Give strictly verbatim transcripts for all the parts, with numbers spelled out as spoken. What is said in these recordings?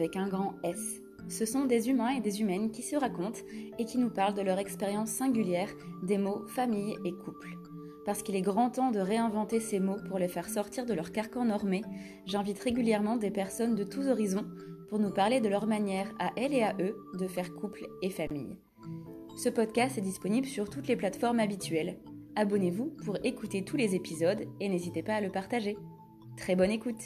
avec un grand S. Ce sont des humains et des humaines qui se racontent et qui nous parlent de leur expérience singulière des mots famille et couple. Parce qu'il est grand temps de réinventer ces mots pour les faire sortir de leur carcan normé, j'invite régulièrement des personnes de tous horizons pour nous parler de leur manière à elles et à eux de faire couple et famille. Ce podcast est disponible sur toutes les plateformes habituelles. Abonnez-vous pour écouter tous les épisodes et n'hésitez pas à le partager. Très bonne écoute!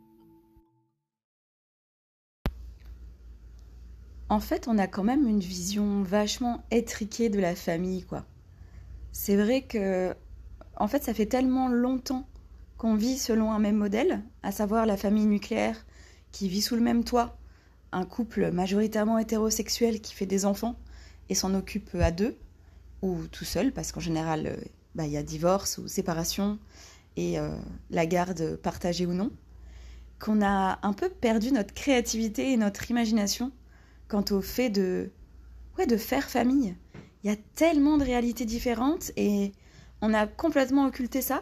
En fait, on a quand même une vision vachement étriquée de la famille, quoi. C'est vrai que, en fait, ça fait tellement longtemps qu'on vit selon un même modèle, à savoir la famille nucléaire qui vit sous le même toit, un couple majoritairement hétérosexuel qui fait des enfants et s'en occupe à deux, ou tout seul, parce qu'en général, euh, bah, y a divorce ou séparation, et euh, la garde partagée ou non, qu'on a un peu perdu notre créativité et notre imagination quant au fait de, ouais, de faire famille. Il y a tellement de réalités différentes et on a complètement occulté ça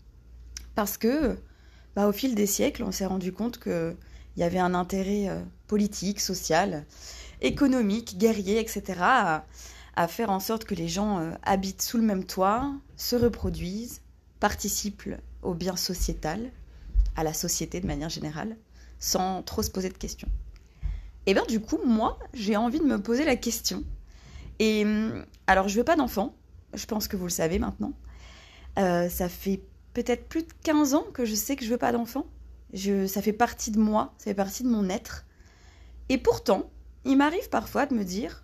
parce que, bah, au fil des siècles, on s'est rendu compte qu'il y avait un intérêt euh, politique, social, économique, guerrier, et cetera à, à faire en sorte que les gens euh, habitent sous le même toit, se reproduisent, participent au bien sociétal, à la société de manière générale, sans trop se poser de questions. Et bien du coup, moi, j'ai envie de me poser la question. Et alors, je veux pas d'enfant, je pense que vous le savez maintenant. Euh, ça fait peut-être plus de quinze ans que je sais que je veux pas d'enfant. Je, ça fait partie de moi, ça fait partie de mon être. Et pourtant, il m'arrive parfois de me dire,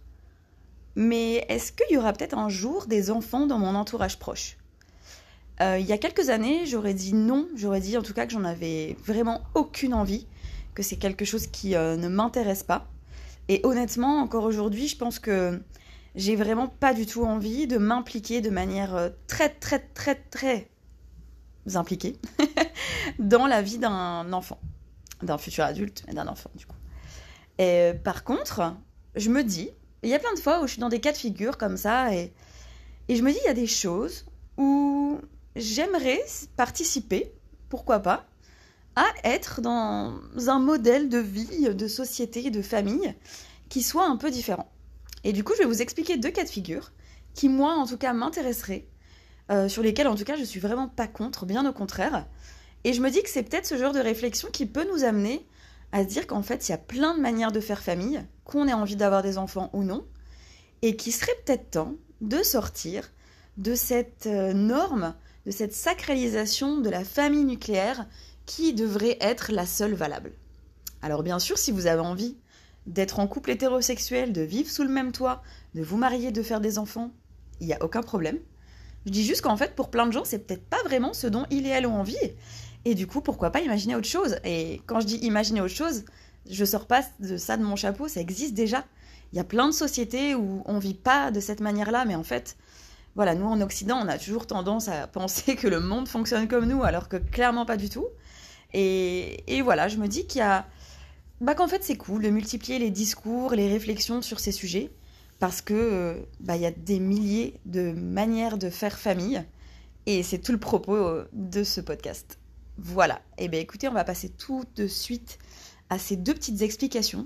mais est-ce qu'il y aura peut-être un jour des enfants dans mon entourage proche ? euh, Il y a quelques années, j'aurais dit non, j'aurais dit en tout cas que j'en avais vraiment aucune envie, que c'est quelque chose qui euh, ne m'intéresse pas. Et honnêtement, encore aujourd'hui, je pense que j'ai vraiment pas du tout envie de m'impliquer de manière euh, très, très, très, très impliquée dans la vie d'un enfant, d'un futur adulte, mais d'un enfant, du coup. Et euh, par contre, je me dis, il y a plein de fois où je suis dans des cas de figure comme ça, et, et je me dis, il y a des choses où j'aimerais participer, pourquoi pas, à être dans un modèle de vie, de société, de famille qui soit un peu différent. Et du coup, je vais vous expliquer deux cas de figure qui, moi, en tout cas, m'intéresseraient, euh, sur lesquels, en tout cas, je suis vraiment pas contre, bien au contraire. Et je me dis que c'est peut-être ce genre de réflexion qui peut nous amener à se dire qu'en fait, il y a plein de manières de faire famille, qu'on ait envie d'avoir des enfants ou non, et qu'il serait peut-être temps de sortir de cette euh, norme, de cette sacralisation de la famille nucléaire qui devrait être la seule valable. Alors bien sûr, si vous avez envie d'être en couple hétérosexuel, de vivre sous le même toit, de vous marier, de faire des enfants, il n'y a aucun problème. Je dis juste qu'en fait, pour plein de gens, c'est peut-être pas vraiment ce dont ils et elles ont envie. Et du coup, pourquoi pas imaginer autre chose ? Et quand je dis imaginer autre chose, je sors pas de ça de mon chapeau, ça existe déjà. Il y a plein de sociétés où on vit pas de cette manière-là, mais en fait, voilà, nous en Occident, on a toujours tendance à penser que le monde fonctionne comme nous, alors que clairement pas du tout. Et, et voilà, je me dis qu'il y a, bah qu'en fait c'est cool de multiplier les discours, les réflexions sur ces sujets, parce que bah il y a des milliers de manières de faire famille, et c'est tout le propos de ce podcast. Voilà. Et bien écoutez, on va passer tout de suite à ces deux petites explications,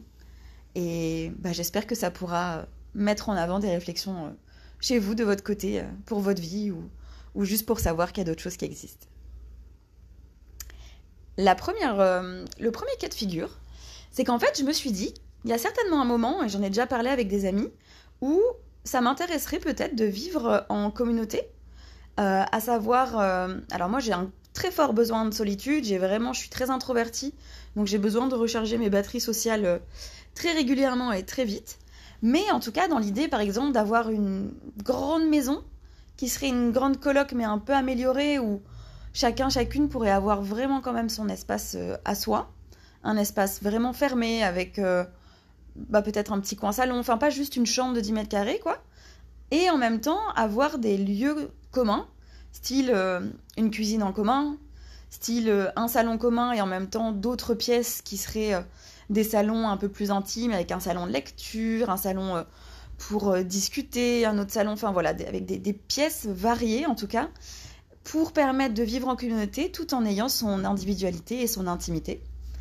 et bah, j'espère que ça pourra mettre en avant des réflexions chez vous de votre côté pour votre vie ou, ou juste pour savoir qu'il y a d'autres choses qui existent. La première, euh, le premier cas de figure, c'est qu'en fait, je me suis dit, il y a certainement un moment, et j'en ai déjà parlé avec des amis, où ça m'intéresserait peut-être de vivre en communauté, euh, à savoir, euh, alors moi j'ai un très fort besoin de solitude, j'ai vraiment, je suis très introvertie, donc j'ai besoin de recharger mes batteries sociales euh, très régulièrement et très vite, mais en tout cas dans l'idée par exemple d'avoir une grande maison, qui serait une grande coloc mais un peu améliorée, où chacun, chacune pourrait avoir vraiment quand même son espace euh, à soi, un espace vraiment fermé avec euh, bah, peut-être un petit coin salon, enfin pas juste une chambre de dix mètres carrés, quoi. Et en même temps, avoir des lieux communs, style euh, une cuisine en commun, style euh, un salon commun et en même temps d'autres pièces qui seraient euh, des salons un peu plus intimes, avec un salon de lecture, un salon euh, pour euh, discuter, un autre salon, enfin voilà, avec des, des pièces variées en tout cas, pour permettre de vivre en communauté tout en ayant son individualité et son intimité.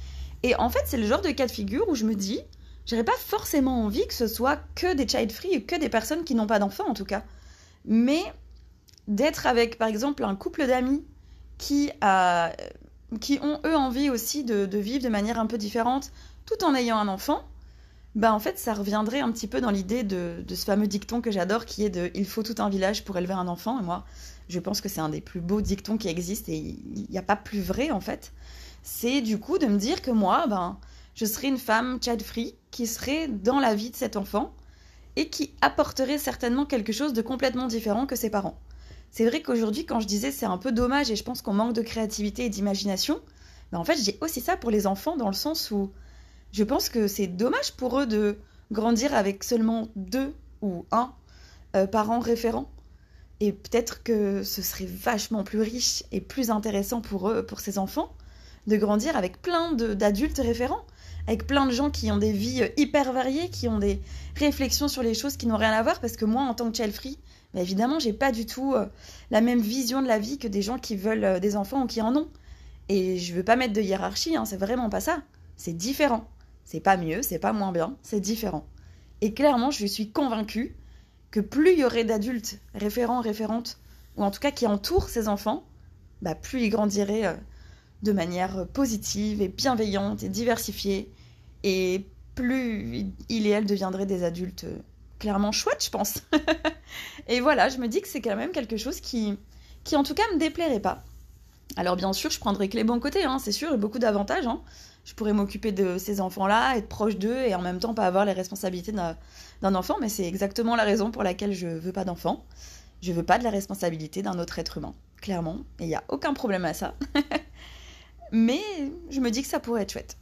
Et en fait, c'est le genre de cas de figure où je me dis, j'aurais pas forcément envie que ce soit que des child-free, que des personnes qui n'ont pas d'enfants en tout cas. Mais d'être avec, par exemple, un couple d'amis qui, a, qui ont, eux, envie aussi de, de vivre de manière un peu différente, tout en ayant un enfant, bah en fait, ça reviendrait un petit peu dans l'idée de, de ce fameux dicton que j'adore, qui est de « il faut tout un village pour élever un enfant ». Et moi, je pense que c'est un des plus beaux dictons qui existent et il n'y a pas plus vrai, en fait. C'est du coup de me dire que moi, ben, je serais une femme child-free qui serait dans la vie de cet enfant et qui apporterait certainement quelque chose de complètement différent que ses parents. C'est vrai qu'aujourd'hui, quand je disais c'est un peu dommage et je pense qu'on manque de créativité et d'imagination, ben en fait, j'ai aussi ça pour les enfants dans le sens où je pense que c'est dommage pour eux de grandir avec seulement deux ou un euh, parent référent. Et peut-être que ce serait vachement plus riche et plus intéressant pour eux, pour ces enfants, de grandir avec plein de, d'adultes référents, avec plein de gens qui ont des vies hyper variées, qui ont des réflexions sur les choses qui n'ont rien à voir, parce que moi, en tant que child-free, bah évidemment, j'ai pas du tout euh, la même vision de la vie que des gens qui veulent euh, des enfants ou qui en ont. Et je veux pas mettre de hiérarchie, hein, c'est vraiment pas ça. C'est différent. C'est pas mieux, c'est pas moins bien, c'est différent. Et clairement, je suis convaincue que plus il y aurait d'adultes référents, référentes, ou en tout cas qui entourent ces enfants, bah plus ils grandiraient euh, de manière positive et bienveillante et diversifiée, et plus il et elle deviendraient des adultes euh, clairement chouettes, je pense. Et voilà, je me dis que c'est quand même quelque chose qui, qui en tout cas me déplairait pas. Alors bien sûr, je prendrais que les bons côtés, hein, c'est sûr, il y a beaucoup d'avantages, hein. Je pourrais m'occuper de ces enfants-là, être proche d'eux et en même temps pas avoir les responsabilités d'un, d'un enfant, mais c'est exactement la raison pour laquelle je veux pas d'enfant. Je veux pas de la responsabilité d'un autre être humain, clairement, et il n'y a aucun problème à ça. Mais je me dis que ça pourrait être chouette.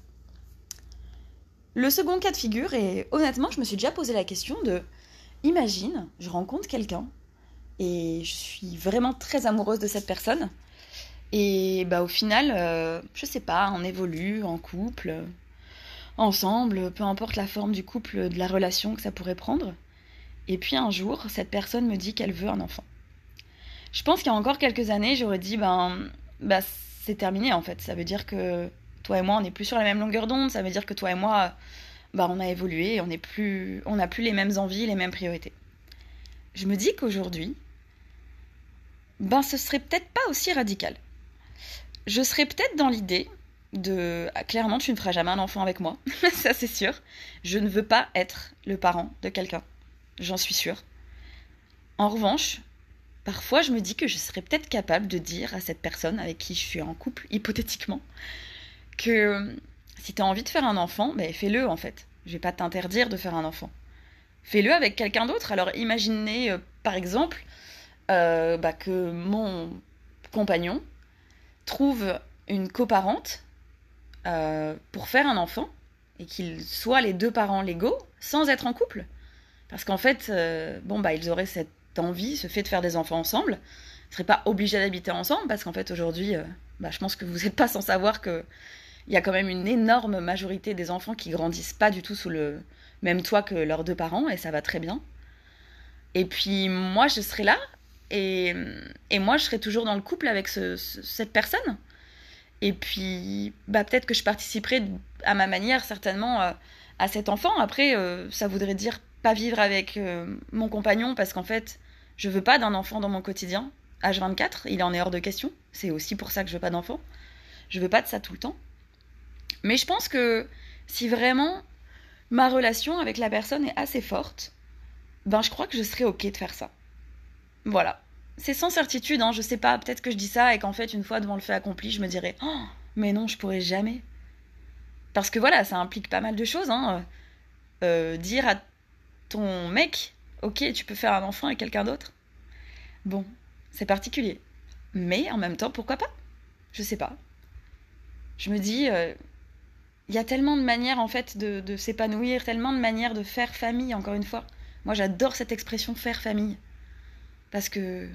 Le second cas de figure, et honnêtement, je me suis déjà posé la question de, imagine, je rencontre quelqu'un, et je suis vraiment très amoureuse de cette personne, et bah au final, euh, je sais pas, on évolue en couple, euh, ensemble, peu importe la forme du couple, de la relation que ça pourrait prendre. Et puis un jour, cette personne me dit qu'elle veut un enfant. Je pense qu'il y a encore quelques années, j'aurais dit, ben, bah c'est terminé en fait. Ça veut dire que toi et moi, on n'est plus sur la même longueur d'onde. Ça veut dire que toi et moi, bah on a évolué, et on n'est plus, on n'a plus les mêmes envies, les mêmes priorités. Je me dis qu'aujourd'hui, ben ce serait peut-être pas aussi radical. Je serais peut-être dans l'idée de... Ah, clairement, tu ne feras jamais un enfant avec moi, ça c'est sûr. Je ne veux pas être le parent de quelqu'un, j'en suis sûre. En revanche, parfois je me dis que je serais peut-être capable de dire à cette personne avec qui je suis en couple, hypothétiquement, que si tu as envie de faire un enfant, ben fais-le en fait. Je vais pas t'interdire de faire un enfant. Fais-le avec quelqu'un d'autre. Alors imaginez euh, par exemple euh, bah, que mon compagnon trouve une coparente euh, pour faire un enfant et qu'ils soient les deux parents légaux sans être en couple. Parce qu'en fait, euh, bon, bah, ils auraient cette envie, ce fait de faire des enfants ensemble. Ils ne seraient pas obligés d'habiter ensemble parce qu'en fait, aujourd'hui, euh, bah, je pense que vous n'êtes pas sans savoir qu'il y a quand même une énorme majorité des enfants qui grandissent pas du tout sous le même toit que leurs deux parents et ça va très bien. Et puis, moi, je serais là et, et moi, je serais toujours dans le couple avec ce, ce, cette personne. Et puis, bah, peut-être que je participerai à ma manière, certainement, euh, à cet enfant. Après, euh, ça voudrait dire pas vivre avec euh, mon compagnon, parce qu'en fait, je veux pas d'un enfant dans mon quotidien. H vingt-quatre, il en est hors de question. C'est aussi pour ça que je veux pas d'enfant. Je veux pas de ça tout le temps. Mais je pense que si vraiment ma relation avec la personne est assez forte, ben je crois que je serais ok de faire ça. Voilà. C'est sans certitude, hein, je sais pas, peut-être que je dis ça et qu'en fait, une fois devant le fait accompli, je me dirais oh, mais non, je pourrais jamais. Parce que voilà, ça implique pas mal de choses, hein. Euh, dire à ton mec, ok, tu peux faire un enfant avec quelqu'un d'autre. Bon, c'est particulier. Mais en même temps, pourquoi pas? Je sais pas. Je me dis, il euh, y a tellement de manières en fait de, de s'épanouir, tellement de manières de faire famille, encore une fois. Moi, j'adore cette expression faire famille. Parce que...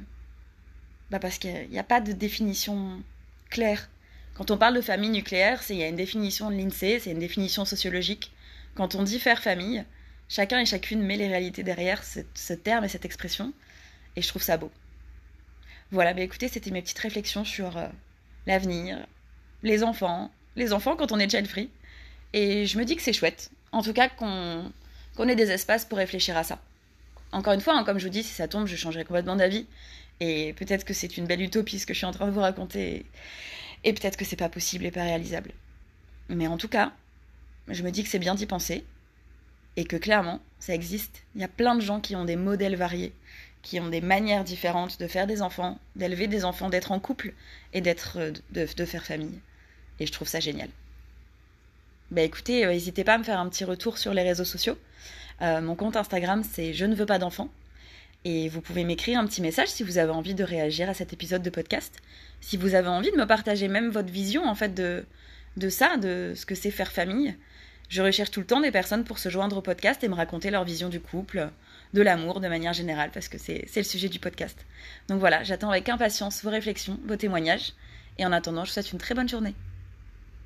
Bah parce qu'il n'y a, a pas de définition claire. Quand on parle de famille nucléaire, il y a une définition de l'INSEE, c'est une définition sociologique. Quand on dit faire famille, chacun et chacune met les réalités derrière ce, ce terme et cette expression, et je trouve ça beau. Voilà, bah écoutez, c'était mes petites réflexions sur euh, l'avenir, les enfants, les enfants quand on est child free. Et je me dis que c'est chouette. En tout cas, qu'on, qu'on ait des espaces pour réfléchir à ça. Encore une fois, hein, comme je vous dis, si ça tombe, je changerai complètement d'avis. Et peut-être que c'est une belle utopie ce que je suis en train de vous raconter. Et peut-être que c'est pas possible et pas réalisable. Mais en tout cas, je me dis que c'est bien d'y penser. Et que clairement, ça existe. Il y a plein de gens qui ont des modèles variés, qui ont des manières différentes de faire des enfants, d'élever des enfants, d'être en couple et d'être, de, de faire famille. Et je trouve ça génial. Bah écoutez, euh, n'hésitez pas à me faire un petit retour sur les réseaux sociaux. Euh, mon compte Instagram, c'est Je ne veux pas d'enfants. Et vous pouvez m'écrire un petit message si vous avez envie de réagir à cet épisode de podcast. Si vous avez envie de me partager même votre vision en fait de, de ça, de ce que c'est faire famille. Je recherche tout le temps des personnes pour se joindre au podcast et me raconter leur vision du couple, de l'amour de manière générale, parce que c'est, c'est le sujet du podcast. Donc voilà, j'attends avec impatience vos réflexions, vos témoignages. Et en attendant, je vous souhaite une très bonne journée.